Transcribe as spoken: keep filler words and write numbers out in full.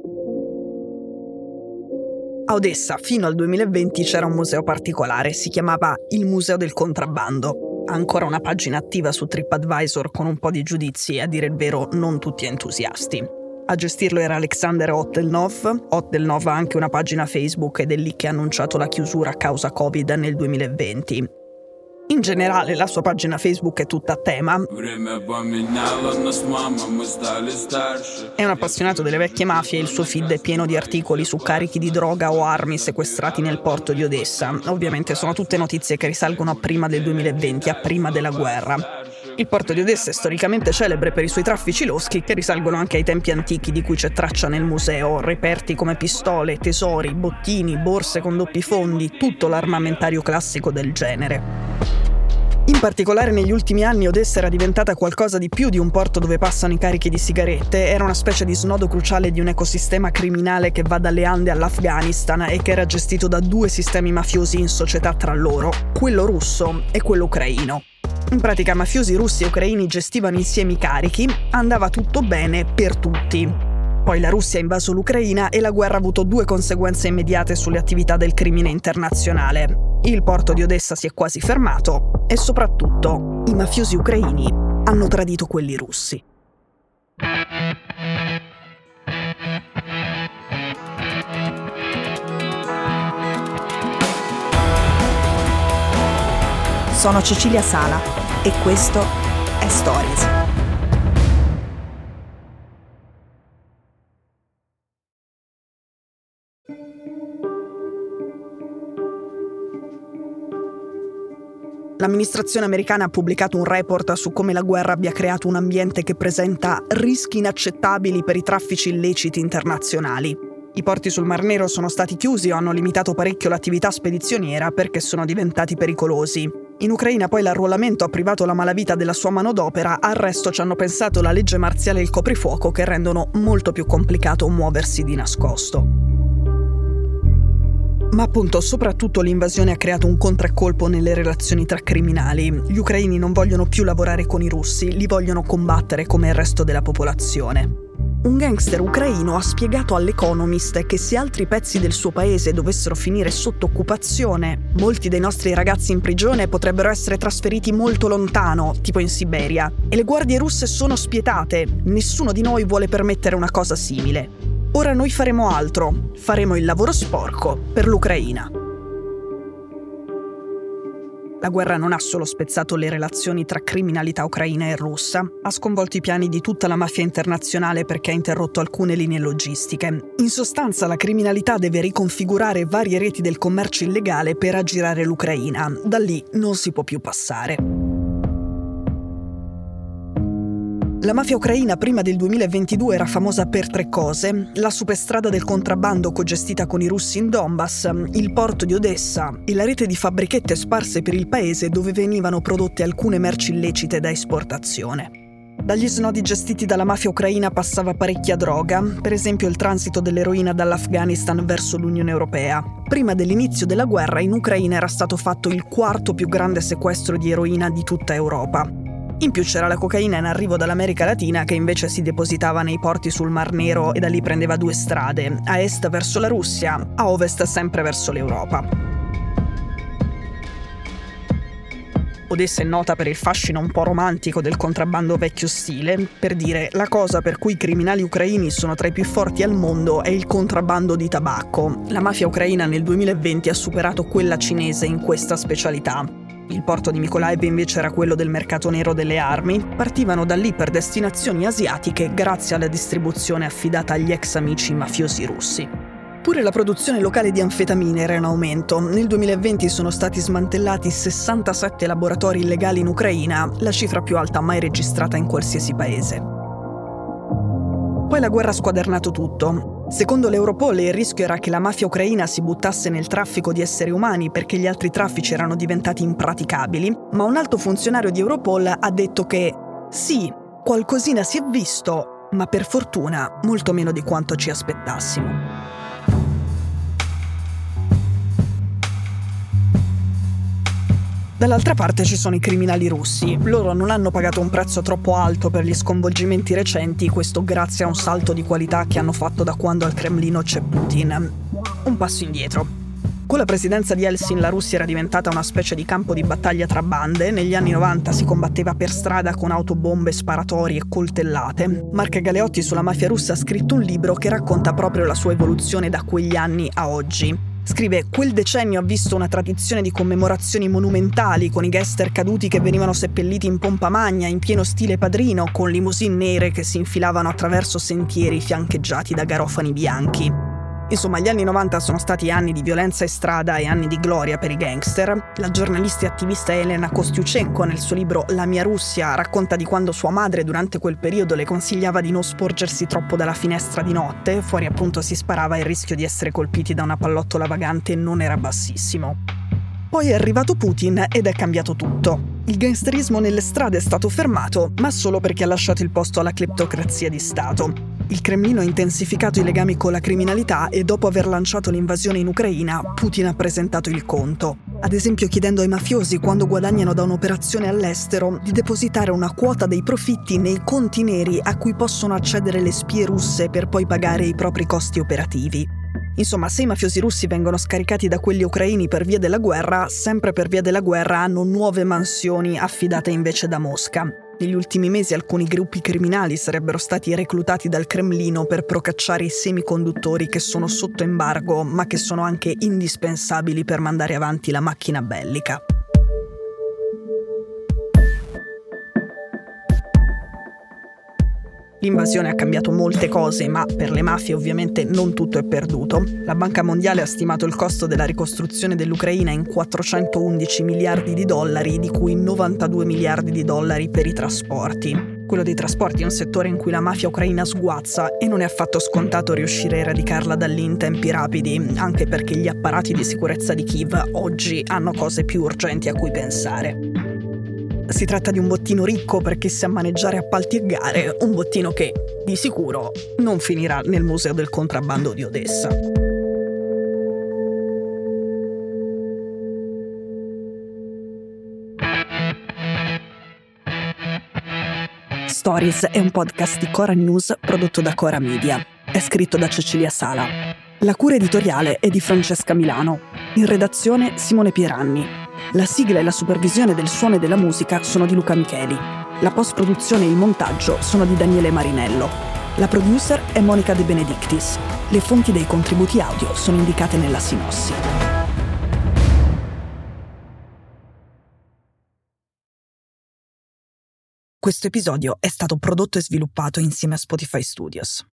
A Odessa, fino al duemilaventi, c'era un museo particolare, si chiamava il Museo del Contrabbando. Ha ancora una pagina attiva su TripAdvisor con un po' di giudizi e, a dire il vero, non tutti entusiasti. A gestirlo era Alexander Otelnov. Otelnov ha anche una pagina Facebook ed è lì che ha annunciato la chiusura a causa Covid nel duemilaventi. In generale la sua pagina Facebook è tutta a tema. È un appassionato delle vecchie mafie e il suo feed è pieno di articoli su carichi di droga o armi sequestrati nel porto di Odessa. Ovviamente sono tutte notizie che risalgono a prima del duemilaventi, a prima della guerra. Il porto di Odessa è storicamente celebre per i suoi traffici loschi che risalgono anche ai tempi antichi di cui c'è traccia nel museo, reperti come pistole, tesori, bottini, borse con doppi fondi, tutto l'armamentario classico del genere. In particolare negli ultimi anni Odessa era diventata qualcosa di più di un porto dove passano i carichi di sigarette, era una specie di snodo cruciale di un ecosistema criminale che va dalle Ande all'Afghanistan e che era gestito da due sistemi mafiosi in società tra loro, quello russo e quello ucraino. In pratica mafiosi russi e ucraini gestivano insieme i carichi, andava tutto bene per tutti. Poi la Russia ha invaso l'Ucraina e la guerra ha avuto due conseguenze immediate sulle attività del crimine internazionale. Il porto di Odessa si è quasi fermato e soprattutto i mafiosi ucraini hanno tradito quelli russi. Sono Cecilia Sala e questo è Stories. L'amministrazione americana ha pubblicato un report su come la guerra abbia creato un ambiente che presenta rischi inaccettabili per i traffici illeciti internazionali. I porti sul Mar Nero sono stati chiusi o hanno limitato parecchio l'attività spedizioniera perché sono diventati pericolosi. In Ucraina poi l'arruolamento ha privato la malavita della sua manodopera, al resto ci hanno pensato la legge marziale e il coprifuoco che rendono molto più complicato muoversi di nascosto. Ma appunto, soprattutto l'invasione ha creato un contraccolpo nelle relazioni tra criminali. Gli ucraini non vogliono più lavorare con i russi, li vogliono combattere come il resto della popolazione. Un gangster ucraino ha spiegato all'Economist che se altri pezzi del suo paese dovessero finire sotto occupazione, molti dei nostri ragazzi in prigione potrebbero essere trasferiti molto lontano, tipo in Siberia. E le guardie russe sono spietate, nessuno di noi vuole permettere una cosa simile. Ora noi faremo altro, faremo il lavoro sporco per l'Ucraina. La guerra non ha solo spezzato le relazioni tra criminalità ucraina e russa, ha sconvolto i piani di tutta la mafia internazionale perché ha interrotto alcune linee logistiche. In sostanza, la criminalità deve riconfigurare varie reti del commercio illegale per aggirare l'Ucraina. Da lì non si può più passare. La mafia ucraina prima del duemilaventidue era famosa per tre cose: la superstrada del contrabbando cogestita con i russi in Donbass, il porto di Odessa e la rete di fabbrichette sparse per il paese dove venivano prodotte alcune merci illecite da esportazione. Dagli snodi gestiti dalla mafia ucraina passava parecchia droga, per esempio il transito dell'eroina dall'Afghanistan verso l'Unione Europea. Prima dell'inizio della guerra in Ucraina era stato fatto il quarto più grande sequestro di eroina di tutta Europa. In più c'era la cocaina in arrivo dall'America Latina che invece si depositava nei porti sul Mar Nero e da lì prendeva due strade, a est verso la Russia, a ovest sempre verso l'Europa. Odessa è nota per il fascino un po' romantico del contrabbando vecchio stile, per dire la cosa per cui i criminali ucraini sono tra i più forti al mondo è il contrabbando di tabacco. La mafia ucraina nel duemilaventi ha superato quella cinese in questa specialità. Il porto di Mykolaiv invece era quello del mercato nero delle armi. Partivano da lì per destinazioni asiatiche grazie alla distribuzione affidata agli ex amici mafiosi russi. Pure la produzione locale di anfetamine era in aumento. Nel duemilaventi sono stati smantellati sessantasette laboratori illegali in Ucraina, la cifra più alta mai registrata in qualsiasi paese. Poi la guerra ha squadernato tutto. Secondo l'Europol il rischio era che la mafia ucraina si buttasse nel traffico di esseri umani perché gli altri traffici erano diventati impraticabili, ma un alto funzionario di Europol ha detto che sì, qualcosina si è visto, ma per fortuna molto meno di quanto ci aspettassimo. Dall'altra parte ci sono i criminali russi. Loro non hanno pagato un prezzo troppo alto per gli sconvolgimenti recenti, questo grazie a un salto di qualità che hanno fatto da quando al Cremlino c'è Putin. Un passo indietro. Con la presidenza di Eltsin la Russia era diventata una specie di campo di battaglia tra bande. Negli anni novanta si combatteva per strada con autobombe, sparatori e coltellate. Marco Galeotti sulla mafia russa ha scritto un libro che racconta proprio la sua evoluzione da quegli anni a oggi. Scrive: quel decennio ha visto una tradizione di commemorazioni monumentali, con i gangster caduti che venivano seppelliti in pompa magna, in pieno stile Padrino, con limousine nere che si infilavano attraverso sentieri fiancheggiati da garofani bianchi. Insomma, gli anni novanta sono stati anni di violenza in strada e anni di gloria per i gangster. La giornalista e attivista Elena Kostyuchenko nel suo libro La mia Russia racconta di quando sua madre durante quel periodo le consigliava di non sporgersi troppo dalla finestra di notte. Fuori appunto si sparava e il rischio di essere colpiti da una pallottola vagante non era bassissimo. Poi è arrivato Putin ed è cambiato tutto. Il gangsterismo nelle strade è stato fermato, ma solo perché ha lasciato il posto alla cleptocrazia di Stato. Il Cremlino ha intensificato i legami con la criminalità e dopo aver lanciato l'invasione in Ucraina, Putin ha presentato il conto. Ad esempio chiedendo ai mafiosi, quando guadagnano da un'operazione all'estero, di depositare una quota dei profitti nei conti neri a cui possono accedere le spie russe per poi pagare i propri costi operativi. Insomma, se i mafiosi russi vengono scaricati da quelli ucraini per via della guerra, sempre per via della guerra hanno nuove mansioni affidate invece da Mosca. Negli ultimi mesi alcuni gruppi criminali sarebbero stati reclutati dal Cremlino per procacciare i semiconduttori che sono sotto embargo, ma che sono anche indispensabili per mandare avanti la macchina bellica. L'invasione ha cambiato molte cose, ma per le mafie ovviamente non tutto è perduto. La Banca Mondiale ha stimato il costo della ricostruzione dell'Ucraina in quattrocentoundici miliardi di dollari, di cui novantadue miliardi di dollari per i trasporti. Quello dei trasporti è un settore in cui la mafia ucraina sguazza e non è affatto scontato riuscire a eradicarla da lì in tempi rapidi, anche perché gli apparati di sicurezza di Kiev oggi hanno cose più urgenti a cui pensare. Si tratta di un bottino ricco per chi sa maneggiare appalti e gare, un bottino che, di sicuro, non finirà nel Museo del Contrabbando di Odessa. Stories è un podcast di Cora News prodotto da Cora Media. È scritto da Cecilia Sala. La cura editoriale è di Francesca Milano. In redazione Simone Pieranni. La sigla e la supervisione del suono e della musica sono di Luca Micheli. La post-produzione e il montaggio sono di Daniele Marinello. La producer è Monica De Benedictis. Le fonti dei contributi audio sono indicate nella sinossi. Questo episodio è stato prodotto e sviluppato insieme a Spotify Studios.